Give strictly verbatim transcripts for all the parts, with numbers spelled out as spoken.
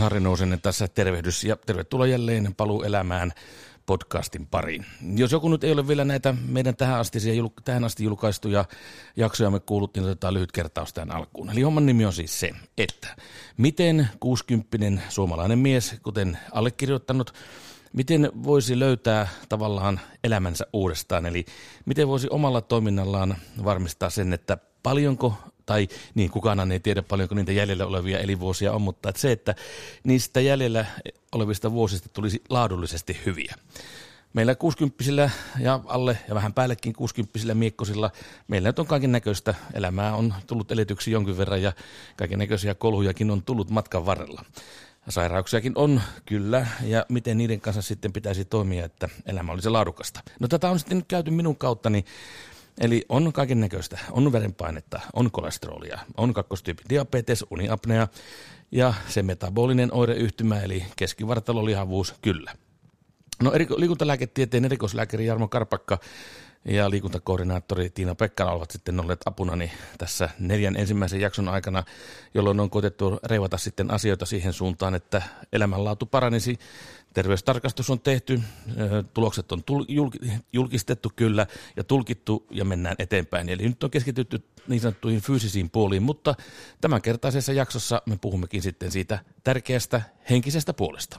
Harri Nousiainen tässä tervehdys ja tervetuloa jälleen Paluu elämään podcastin pariin. Jos joku nyt ei ole vielä näitä meidän tähän, astisia, tähän asti julkaistuja jaksoja me kuullut, niin otetaan lyhyt kertaus tähän alkuun. Eli homman nimi on siis se, että miten kuusikymppinen suomalainen mies, kuten allekirjoittanut, miten voisi löytää tavallaan elämänsä uudestaan, eli miten voisi omalla toiminnallaan varmistaa sen, että paljonko, tai niin kukaan ei tiedä paljonko niitä jäljellä olevia elinvuosia on, mutta että se, että niistä jäljellä olevista vuosista tulisi laadullisesti hyviä. Meillä kuusikymppisillä ja alle ja vähän päällekin kuusikymppisillä miekkosilla meillä nyt on kaiken näköistä elämää, on tullut eletyksi jonkin verran ja kaiken näköisiä kolhujakin on tullut matkan varrella. Sairauksiakin on, kyllä, ja miten niiden kanssa sitten pitäisi toimia, että elämä olisi laadukasta. No tätä on sitten nyt käyty minun kauttani, eli on kaiken näköistä, on verenpainetta, on kolesterolia, on kakkostyypin diabetes, uniapnea ja se metabolinen oireyhtymä, eli keskivartalolihavuus, kyllä. No eri, liikuntalääketieteen erikoislääkäri Jarmo Karpakka ja liikuntakoordinaattori Tiina Pekkala ovat sitten olleet apunani tässä neljän ensimmäisen jakson aikana, jolloin on koetettu reivata sitten asioita siihen suuntaan, että elämänlaatu paranisi. Terveystarkastus on tehty, tulokset on julkistettu kyllä ja tulkittu ja mennään eteenpäin. Eli nyt on keskitytty niin sanottuihin fyysisiin puoliin, mutta tämänkertaisessa jaksossa me puhummekin sitten siitä tärkeästä henkisestä puolesta.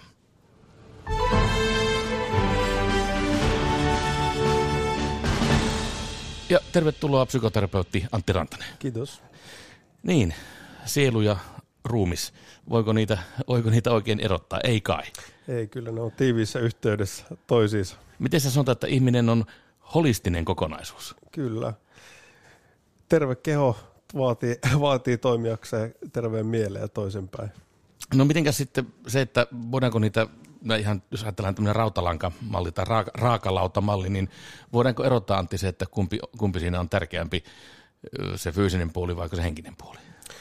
Ja tervetuloa psykoterapeutti Antti Rantanen. Kiitos. Niin, sielu ja ruumis. Voiko niitä, voiko niitä oikein erottaa? Ei kai. Ei, kyllä ne on tiiviissä yhteydessä toisiinsa. Miten sä sanotaan, että ihminen on holistinen kokonaisuus? Kyllä. Terve keho vaatii, vaatii toimijakseen terveen mieleen ja toisenpäin. No mitenkäs sitten se, että voidaanko niitä, ihan jos ajatellaan tämmöinen rautalankamalli tai raaka, raakalautamalli, niin voidaanko erottaa, Antti, se, että kumpi, kumpi siinä on tärkeämpi, se fyysinen puoli vai se henkinen puoli?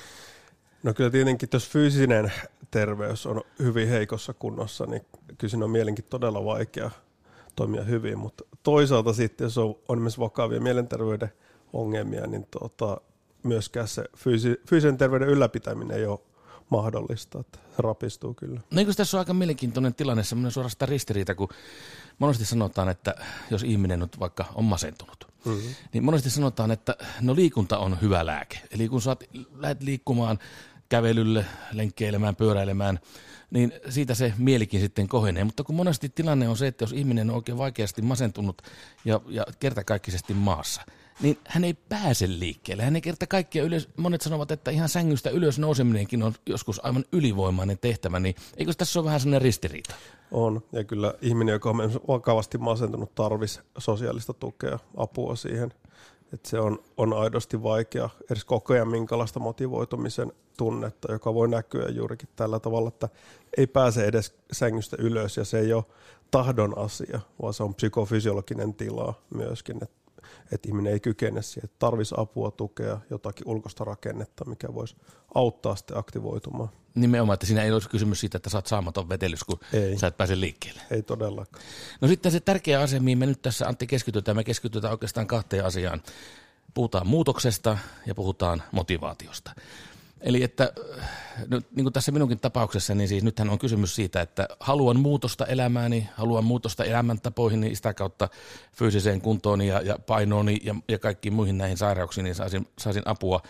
No kyllä tietenkin, jos fyysinen terveys on hyvin heikossa kunnossa, niin kyllä siinä on mielenkin todella vaikea toimia hyvin, mutta toisaalta sitten, jos on, on myös vakavia mielenterveyden ongelmia, niin tuota, myöskään se fyysi, fyysisen terveyden ylläpitäminen ei ole mahdollista, että se rapistuu kyllä. No eikö tässä on aika mielenkiintoinen tilanne, semmoinen suorastaan ristiriita, kun monesti sanotaan, että jos ihminen nyt vaikka on masentunut, mm-hmm. niin monesti sanotaan, että no liikunta on hyvä lääke. Eli kun sä lähdet liikkumaan kävelylle, lenkkeilemään, pyöräilemään, niin siitä se mielikin sitten kohenee. Mutta kun monesti tilanne on se, että jos ihminen on oikein vaikeasti masentunut ja, ja kertakaikkisesti maassa, niin hän ei pääse liikkeelle. Hän ei kerta kaikkia ylös, monet sanovat, että ihan sängystä ylös nouseminenkin on joskus aivan ylivoimainen tehtävä, niin eikö tässä ole vähän sellainen ristiriita? On, ja kyllä ihminen, joka on vakavasti masentunut, tarvitsisi sosiaalista tukea, apua siihen. Että se on, on aidosti vaikea edes koko ajan minkälaista motivoitumisen tunnetta, joka voi näkyä juurikin tällä tavalla, että ei pääse edes sängystä ylös, ja se ei ole tahdon asia, vaan se on psykofysiologinen tila myöskin, että että ihminen ei kykene siihen, että tarvitsisi apua, tukea, jotakin ulkoista rakennetta, mikä voisi auttaa sitten aktivoitumaan. Nimenomaan, että siinä ei olisi kysymys siitä, että sä oot saamaton vetelys, kun ei. Sä et pääse liikkeelle. Ei todellakaan. No sitten se tärkeä asia, mihin me nyt tässä, Antti, keskitytään, me keskitytään oikeastaan kahteen asiaan. Puhutaan muutoksesta ja puhutaan motivaatiosta. Eli että niin kuin tässä minunkin tapauksessa, niin siis nythän on kysymys siitä, että haluan muutosta elämääni, haluan muutosta elämäntapoihin, niin sitä kautta fyysiseen kuntooni ja, ja painooni ja, ja kaikkiin muihin näihin sairauksiin, niin saisin, saisin apua.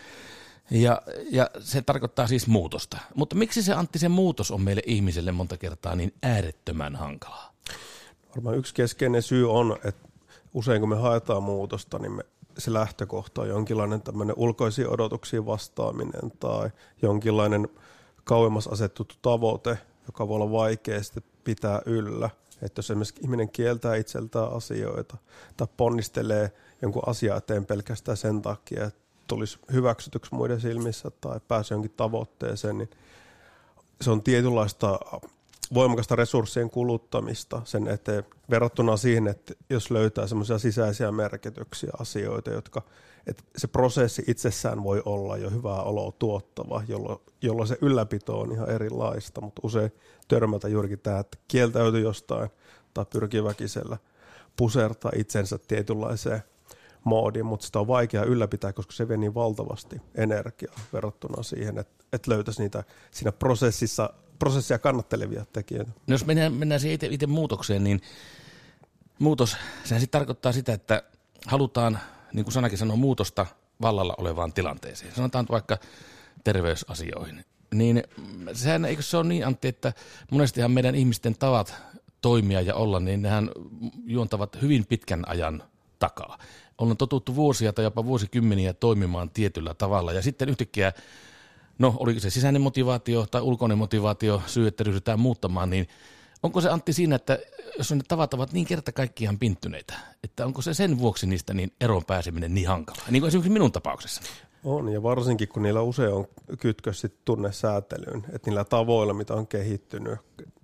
Ja, ja se tarkoittaa siis muutosta. Mutta miksi se, Antti, se muutos on meille ihmiselle monta kertaa niin äärettömän hankalaa? Varmaan yksi keskeinen syy on, että usein kun me haetaan muutosta, niin me se lähtökohta on jonkinlainen tämmöinen ulkoisiin odotuksiin vastaaminen tai jonkinlainen kauemmas asettu tavoite, joka voi olla vaikea sitten pitää yllä. Että jos esimerkiksi ihminen kieltää itseltään asioita tai ponnistelee jonkun asian eteen pelkästään sen takia, että tulisi hyväksytyksi muiden silmissä tai pääsee jonkin tavoitteeseen, niin se on tietynlaista voimakasta resurssien kuluttamista sen eteen verrattuna siihen, että jos löytää semmoisia sisäisiä merkityksiä, asioita, jotka, että se prosessi itsessään voi olla jo hyvää oloa tuottava, jolloin, jolloin se ylläpito on ihan erilaista, mutta usein törmätä juurikin tämä, että kieltäytyy jostain tai pyrkii väkisellä pusertaa itsensä tietynlaiseen moodi, mutta sitä on vaikea ylläpitää, koska se vie niin valtavasti energiaa verrattuna siihen, että, että löytäisi niitä siinä prosessissa, prosessia kannattelevia tekijöitä. No jos mennään, mennään siihen itse, itse muutokseen, niin muutos, sehän sitten tarkoittaa sitä, että halutaan, niin kuin sanakin sanoo, muutosta vallalla olevaan tilanteeseen. Sanotaan vaikka terveysasioihin. Niin sehän, eikö se ole niin, Antti, että monestihan meidän ihmisten tavat toimia ja olla, niin nehän juontavat hyvin pitkän ajan takaa. Ollaan totuttu vuosia tai jopa vuosikymmeniä toimimaan tietyllä tavalla ja sitten yhtäkkiä, no oliko se sisäinen motivaatio tai ulkoinen motivaatio syy, että ryhdytään muuttamaan, niin onko se, Antti, siinä, että jos ne tavat ovat niin kerta kaikkiaan pinttyneitä, että onko se sen vuoksi niistä niin eroon pääseminen niin hankalaa, niin kuin esimerkiksi minun tapauksessani? On, ja varsinkin kun niillä usein on kytkös sitten tunnesäätelyyn, että niillä tavoilla, mitä on kehittynyt,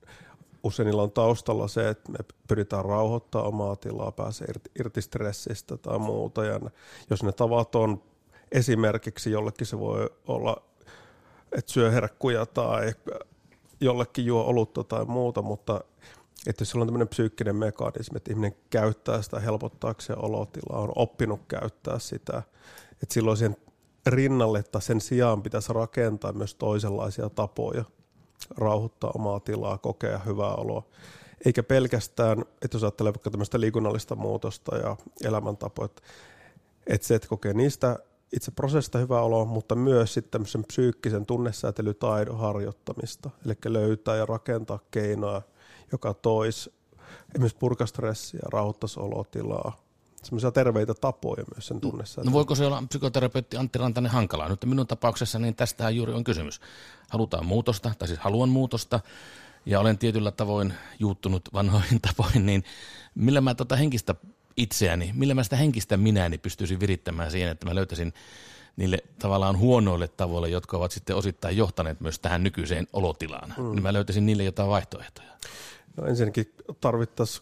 usein niillä on taustalla se, että me pyritään rauhoittamaan omaa tilaa, pääsee irti, irti stressistä tai muuta. Ja jos ne tavat on esimerkiksi jollekin se voi olla, että syö herkkuja tai jollekin juo olutta tai muuta, mutta että jos sillä on tämmöinen psyykkinen mekanismi, että ihminen käyttää sitä helpottaakseen olotilaa, on oppinut käyttää sitä, että silloin sen rinnalle tai sen sijaan pitäisi rakentaa myös toisenlaisia tapoja rauhoittaa omaa tilaa, kokea hyvää oloa. Eikä pelkästään, että jos ajattelee vaikka tämmöistä liikunnallista muutosta ja elämäntapoja, että se, että kokee niistä itse prosessista hyvää oloa, mutta myös sitten tämmöisen psyykkisen tunnesäätelytaidon harjoittamista, eli löytää ja rakentaa keinoja, joka toisi esimerkiksi purkastressiä, rauhoittaisi olotilaa, semmoisia terveitä tapoja myös sen tunnesäätelyyn. No voiko se olla psykoterapeutti Antti Rantanen hankalaa? Nyt minun tapauksessa niin tästähän juuri on kysymys. Halutaan muutosta, tai siis haluan muutosta, ja olen tietyllä tavoin juuttunut vanhoihin tapoihin, niin millä mä tota henkistä itseäni, millä mä sitä henkistä minäni pystyisin virittämään siihen, että mä löytäisin niille tavallaan huonoille tavoille, jotka ovat sitten osittain johtaneet myös tähän nykyiseen olotilaan, mm. niin mä löytäisin niille jotain vaihtoehtoja. No ensinnäkin tarvittaisiin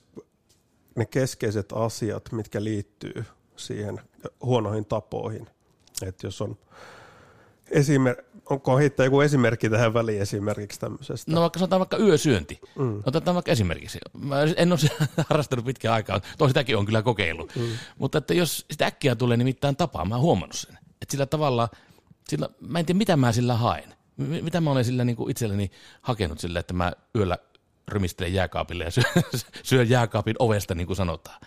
ne keskeiset asiat, mitkä liittyy siihen huonoihin tapoihin. Että jos on esimer- onko heittää joku esimerkki tähän väliin esimerkiksi tämmöisestä? No vaikka sanotaan vaikka yösyönti. Mm. Otetaan vaikka esimerkiksi. Mä en ole harrastanut pitkään aikaa, tosi sitäkin on kyllä kokeillut. Mm. Mutta että jos sitä äkkiä tulee nimittäin tapaa, mä oon huomannut sen. Että sillä tavalla, sillä, mä en tiedä mitä mä sillä haen. Mitä mä olen sillä niin kuin itselleni hakenut sillä, että mä yöllä rymistelen jääkaapille ja syön, syön jääkaapin ovesta, niin kuin sanotaan.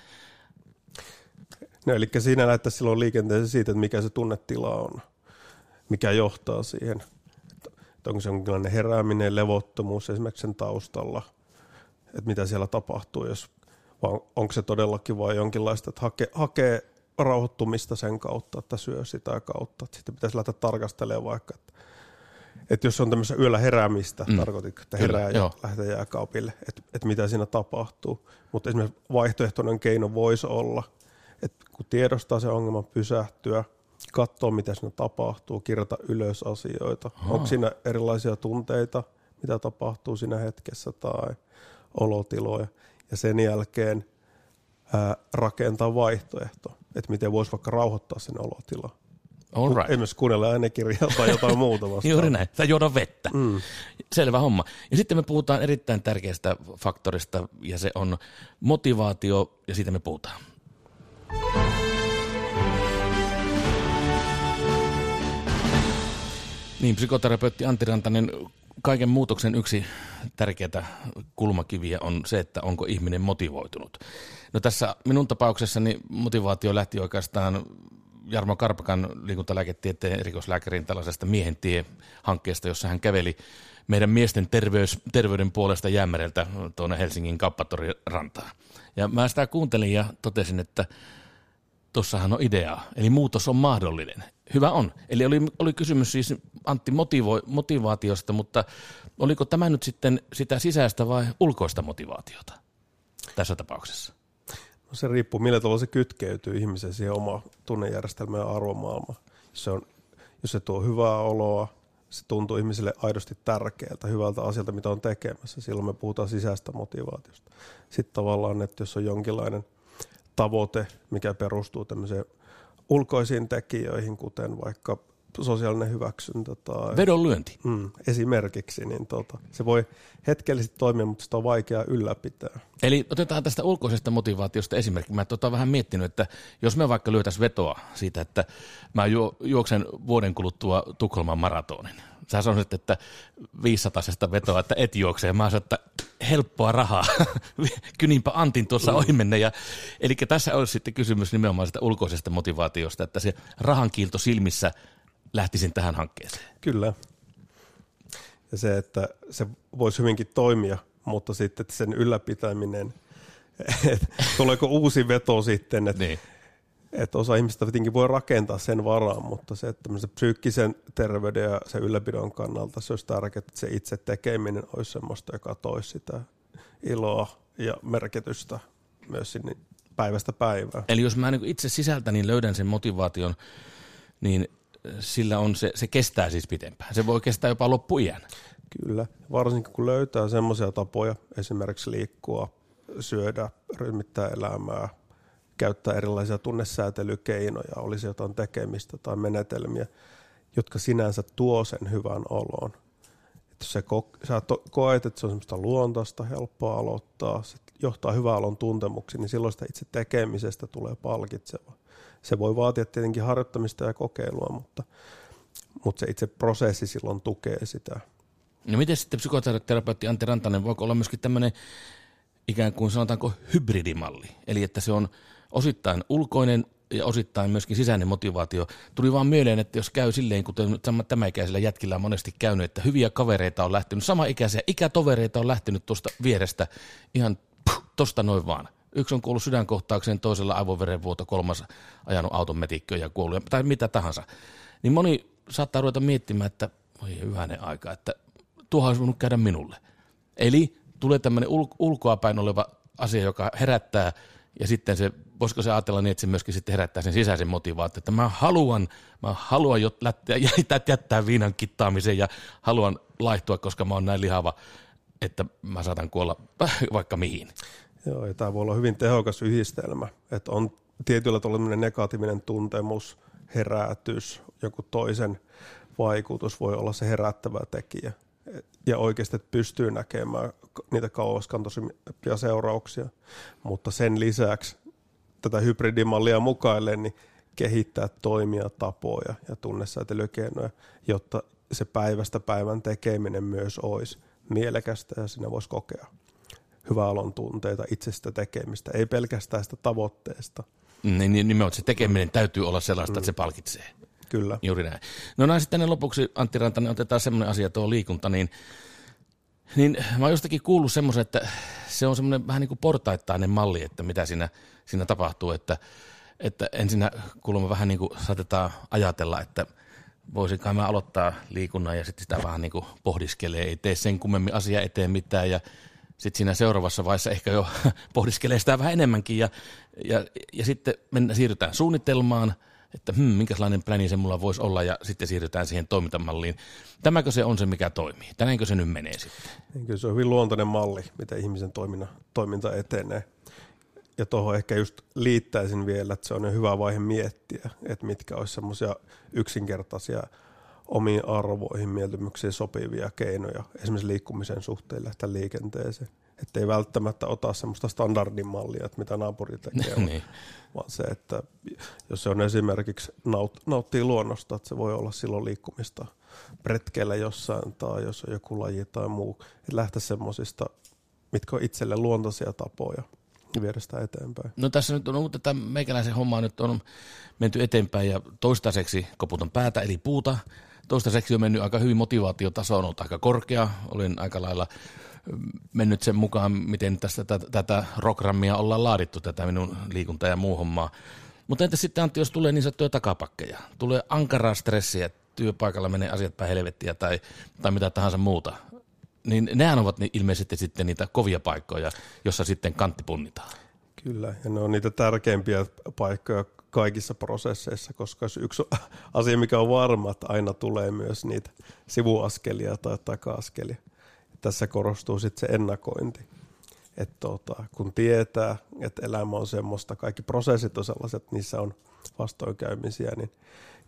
No eli siinä lähdettäisiin silloin liikenteeseen siitä, että mikä se tunnetila on, mikä johtaa siihen. Että onko se jonkinlainen herääminen, levottomuus esimerkiksi sen taustalla, että mitä siellä tapahtuu, jos, vai onko se todellakin vain jonkinlaista, että hakee, hakee rauhoittumista sen kautta, että syö sitä kautta. Että sitten pitäisi lähteä tarkastelemaan vaikka, että Että jos on tämmöistä yöllä heräämistä, mm. tarkoitiko, että herää Kyllä, ja joo. lähtee jääkaapille, että, että mitä siinä tapahtuu. Mutta esimerkiksi vaihtoehtoinen keino voisi olla, että kun tiedostaa se ongelman, pysähtyä, katsoa mitä siinä tapahtuu, kirjata ylös asioita. Aha. Onko siinä erilaisia tunteita, mitä tapahtuu siinä hetkessä tai olotiloja. Ja sen jälkeen ää, rakentaa vaihtoehto, että miten voisi vaikka rauhoittaa sen olotilaa. All right. Ei myös kuunnella äänekirjaa tai jotain muuta vastaan. Juuri näin, tai juoda vettä. Mm. Selvä homma. Ja sitten me puhutaan erittäin tärkeästä faktorista, ja se on motivaatio, ja siitä me puhutaan. Niin, psykoterapeutti Antti Rantanen, kaiken muutoksen yksi tärkeää kulmakiviä on se, että onko ihminen motivoitunut. No tässä minun tapauksessani motivaatio lähti oikeastaan Jarmo Karpakan liikuntalääketieteen erikoislääkärin tällaisesta Miehen tie-hankkeesta, jossa hän käveli meidän miesten terveys, terveyden puolesta Jäämereltä tuonne Helsingin Kauppatorin rantaan. Ja mä sitä kuuntelin ja totesin, että tossahan on ideaa, eli muutos on mahdollinen. Hyvä on. Eli oli, oli kysymys siis Antti motivo, motivaatiosta, mutta oliko tämä nyt sitten sitä sisäistä vai ulkoista motivaatiota tässä tapauksessa? No se riippuu, millä tavalla se kytkeytyy ihmisen siihen omaan tunnejärjestelmään ja arvomaailmaan. Jos se, on, jos se tuo hyvää oloa, se tuntuu ihmiselle aidosti tärkeältä, hyvältä asialta, mitä on tekemässä. Silloin me puhutaan sisäistä motivaatiosta. Sitten tavallaan, että jos on jonkinlainen tavoite, mikä perustuu tämmöiseen ulkoisiin tekijöihin, kuten vaikka sosiaalinen hyväksyntä tai vedonlyönti. Mm, esimerkiksi, niin tota, se voi hetkellisesti toimia, mutta sitä on vaikea ylläpitää. Eli otetaan tästä ulkoisesta motivaatiosta esimerkki. Mä tota vähän miettinyt, että jos me vaikka lyötäisiin vetoa siitä, että mä ju- juoksen vuoden kuluttua Tukholman maratonin. Sä sanoisit, että viisisatasesta vetoa, että et juokse, ja mä sanoin, että helppoa rahaa. Kyninpä Antin tuossa mm. ohi menne. Ja, eli tässä olisi sitten kysymys nimenomaan sitä ulkoisesta motivaatiosta, että se rahankiilto silmissä lähtisin tähän hankkeeseen. Kyllä. Ja se, että se voisi hyvinkin toimia, mutta sitten että sen ylläpitäminen, että tuleeko uusi veto sitten, että, niin. että osa ihmistä tietenkin voi rakentaa sen varaan, mutta se, että psyykkisen terveyden ja sen ylläpidon kannalta se olisi tärkeää, että se itse tekeminen olisi semmoista, joka toisi sitä iloa ja merkitystä myös sinne päivästä päivään. Eli jos mä niin itse sisältäni löydän sen motivaation, niin sillä on se, se kestää siis pitempään. Se voi kestää jopa loppuiän. Kyllä, varsinkin kun löytää semmoisia tapoja, esimerkiksi liikkua, syödä, rytmittää elämää, käyttää erilaisia tunnesäätelykeinoja, olisi jotain tekemistä tai menetelmiä, jotka sinänsä tuo sen hyvän olon. Että jos sä koet, että se on semmoista luontaista, helppoa aloittaa, se johtaa hyvän olon tuntemuksiin, niin silloin sitä itse tekemisestä tulee palkitseva. Se voi vaatia tietenkin harjoittamista ja kokeilua, mutta, mutta se itse prosessi silloin tukee sitä. No miten sitten psykoterapeutti Antti Rantanen, voiko olla myöskin tämmöinen ikään kuin sanotaanko hybridimalli? Eli että se on osittain ulkoinen ja osittain myöskin sisäinen motivaatio. Tuli vaan mieleen, että jos käy silleen, kuten tämäikäisillä jätkillä on monesti käynyt, että hyviä kavereita on lähtenyt, samaikäisiä ikätovereita on lähtenyt tuosta vierestä ihan puh, tosta noin vaan. Yksi on kuollut sydänkohtaukseen, toisella aivoverenvuoto, kolmas ajanut auton metikköön ja kuollut, tai mitä tahansa. Niin moni saattaa ruveta miettimään, että voi hyvänen aika, että tuohan olisi voinut käydä minulle. Eli tulee tämmöinen ul- ulkoapäin oleva asia, joka herättää, ja sitten se, voisiko se ajatella niin, että se myöskin sitten herättää sen sisäisen motivaation, että mä haluan, mä haluan jo lähteä, jättää, jättää viinan kittaamisen ja haluan laihtua, koska mä oon näin lihava, että mä saatan kuolla vaikka mihin. Joo, ja tämä voi olla hyvin tehokas yhdistelmä, että on tietyllä tällainen negatiivinen tuntemus, herätys, joku toisen vaikutus voi olla se herättävä tekijä. Ja oikeasti että pystyy näkemään niitä kauaskantoisia seurauksia, mutta sen lisäksi tätä hybridimallia mukaillen niin kehittää toimia, tapoja ja tunnesäätelykeinoja, jotta se päivästä päivän tekeminen myös olisi mielekästä ja siinä voisi kokea hyvää olon tunteita, itsestä tekemistä, ei pelkästään sitä tavoitteesta. Niin, nimenomaan se tekeminen täytyy olla sellaista, mm. että se palkitsee. Kyllä. Juuri näin. No näin sitten lopuksi, Antti Rantanen, otetaan semmoinen asia, tuo liikunta, niin, niin mä oon jostakin kuullut semmoisen, että se on semmoinen vähän niin kuin portaittainen malli, että mitä siinä, siinä tapahtuu, että, että ensinnä kuulemma vähän niin kuin saatetaan ajatella, että voisinkaan mä aloittaa liikunnan ja sitten sitä vähän niin kuin pohdiskelee, ei tee sen kummemmin asia eteen mitään ja sitten siinä seuraavassa vaiheessa ehkä jo pohdiskelee sitä vähän enemmänkin ja, ja, ja sitten mennään, siirrytään suunnitelmaan, että hmm, minkälainen pläni se mulla voisi olla ja sitten siirrytään siihen toimintamalliin. Tämäkö se on se, mikä toimii? Tänäänkö se nyt menee sitten? Kyllä se on hyvin luontainen malli, miten ihmisen toiminta, toiminta etenee. Ja tuohon ehkä just liittäisin vielä, että se on hyvä vaihe miettiä, että mitkä olisi semmoisia yksinkertaisia omiin arvoihin, mieltymyksiin sopivia keinoja, esimerkiksi liikkumisen suhteen lähteä liikenteeseen. Että ei välttämättä ota semmoista standardin mallia, että mitä naapuri tekee, niin. vaan se, että jos se on esimerkiksi naut, nauttii luonnosta, että se voi olla silloin liikkumista retkeillä jossain tai jos on joku laji tai muu, että lähteä semmoisista, mitkä on itselle luontaisia tapoja ja viedä sitä eteenpäin. No tässä nyt on tätä meikäläisen hommaa nyt on menty eteenpäin ja toistaiseksi koputan päätä eli puuta. Toistaiseksi on mennyt aika hyvin, motivaatiotaso on ollut aika korkea, olin aika lailla mennyt sen mukaan, miten tästä tätä, tätä programmia ollaan laadittu, tätä minun liikunta ja muu hommaa. Mutta entä sitten Antti, jos tulee niin sanottuja takapakkeja, tulee ankaraa stressiä, työpaikalla menee asiat päin helvettiä tai, tai mitä tahansa muuta, niin nehän ovat ilmeisesti sitten niitä kovia paikkoja, jossa sitten kantti punnitaan. Kyllä, ja ne on niitä tärkeimpiä paikkoja kaikissa prosesseissa, koska yksi asia, mikä on varma, että aina tulee myös niitä sivuaskelia tai taka-askelia. Tässä korostuu sitten se ennakointi, että tota, kun tietää, että elämä on semmoista, kaikki prosessit on sellaiset, niissä on vastoinkäymisiä, niin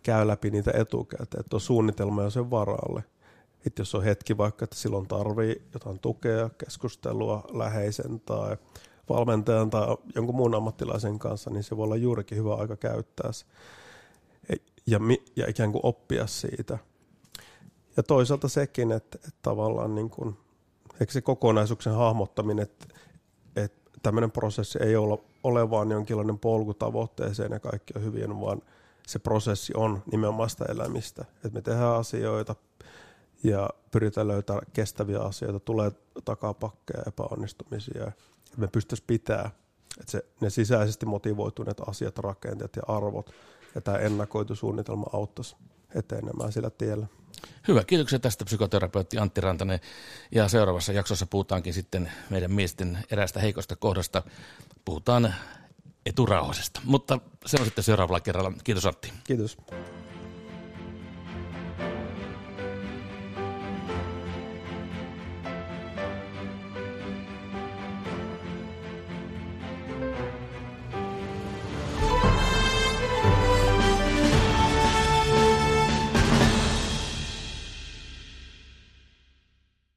käy läpi niitä etukäteen, että on suunnitelma jo sen varalle. Että jos on hetki vaikka, että silloin tarvii jotain tukea, keskustelua läheisen tai valmentajan tai jonkun muun ammattilaisen kanssa, niin se voi olla juurikin hyvä aika käyttää se ja, ja ikään kuin oppia siitä. Ja toisaalta sekin, että, että tavallaan niin kuin, eikö se kokonaisuuksien hahmottaminen, että, että tämmöinen prosessi ei ole, ole vaan jonkinlainen polku tavoitteeseen ja kaikki on hyvin, vaan se prosessi on nimenomaan sitä elämistä. Että me tehdään asioita ja pyritään löytämään kestäviä asioita, tulee takapakkeja, epäonnistumisia, että me pystyisiin pitämään, että se, ne sisäisesti motivoituneet asiat, rakenteet ja arvot ja tämä ennakoitu suunnitelma auttaisi etenemään sillä tiellä. Hyvä, kiitoksia tästä psykoterapeutti Antti Rantanen. Ja seuraavassa jaksossa puhutaankin sitten meidän miesten eräästä heikosta kohdasta. Puhutaan eturauhasesta, mutta se on sitten seuraavalla kerralla. Kiitos Antti. Kiitos.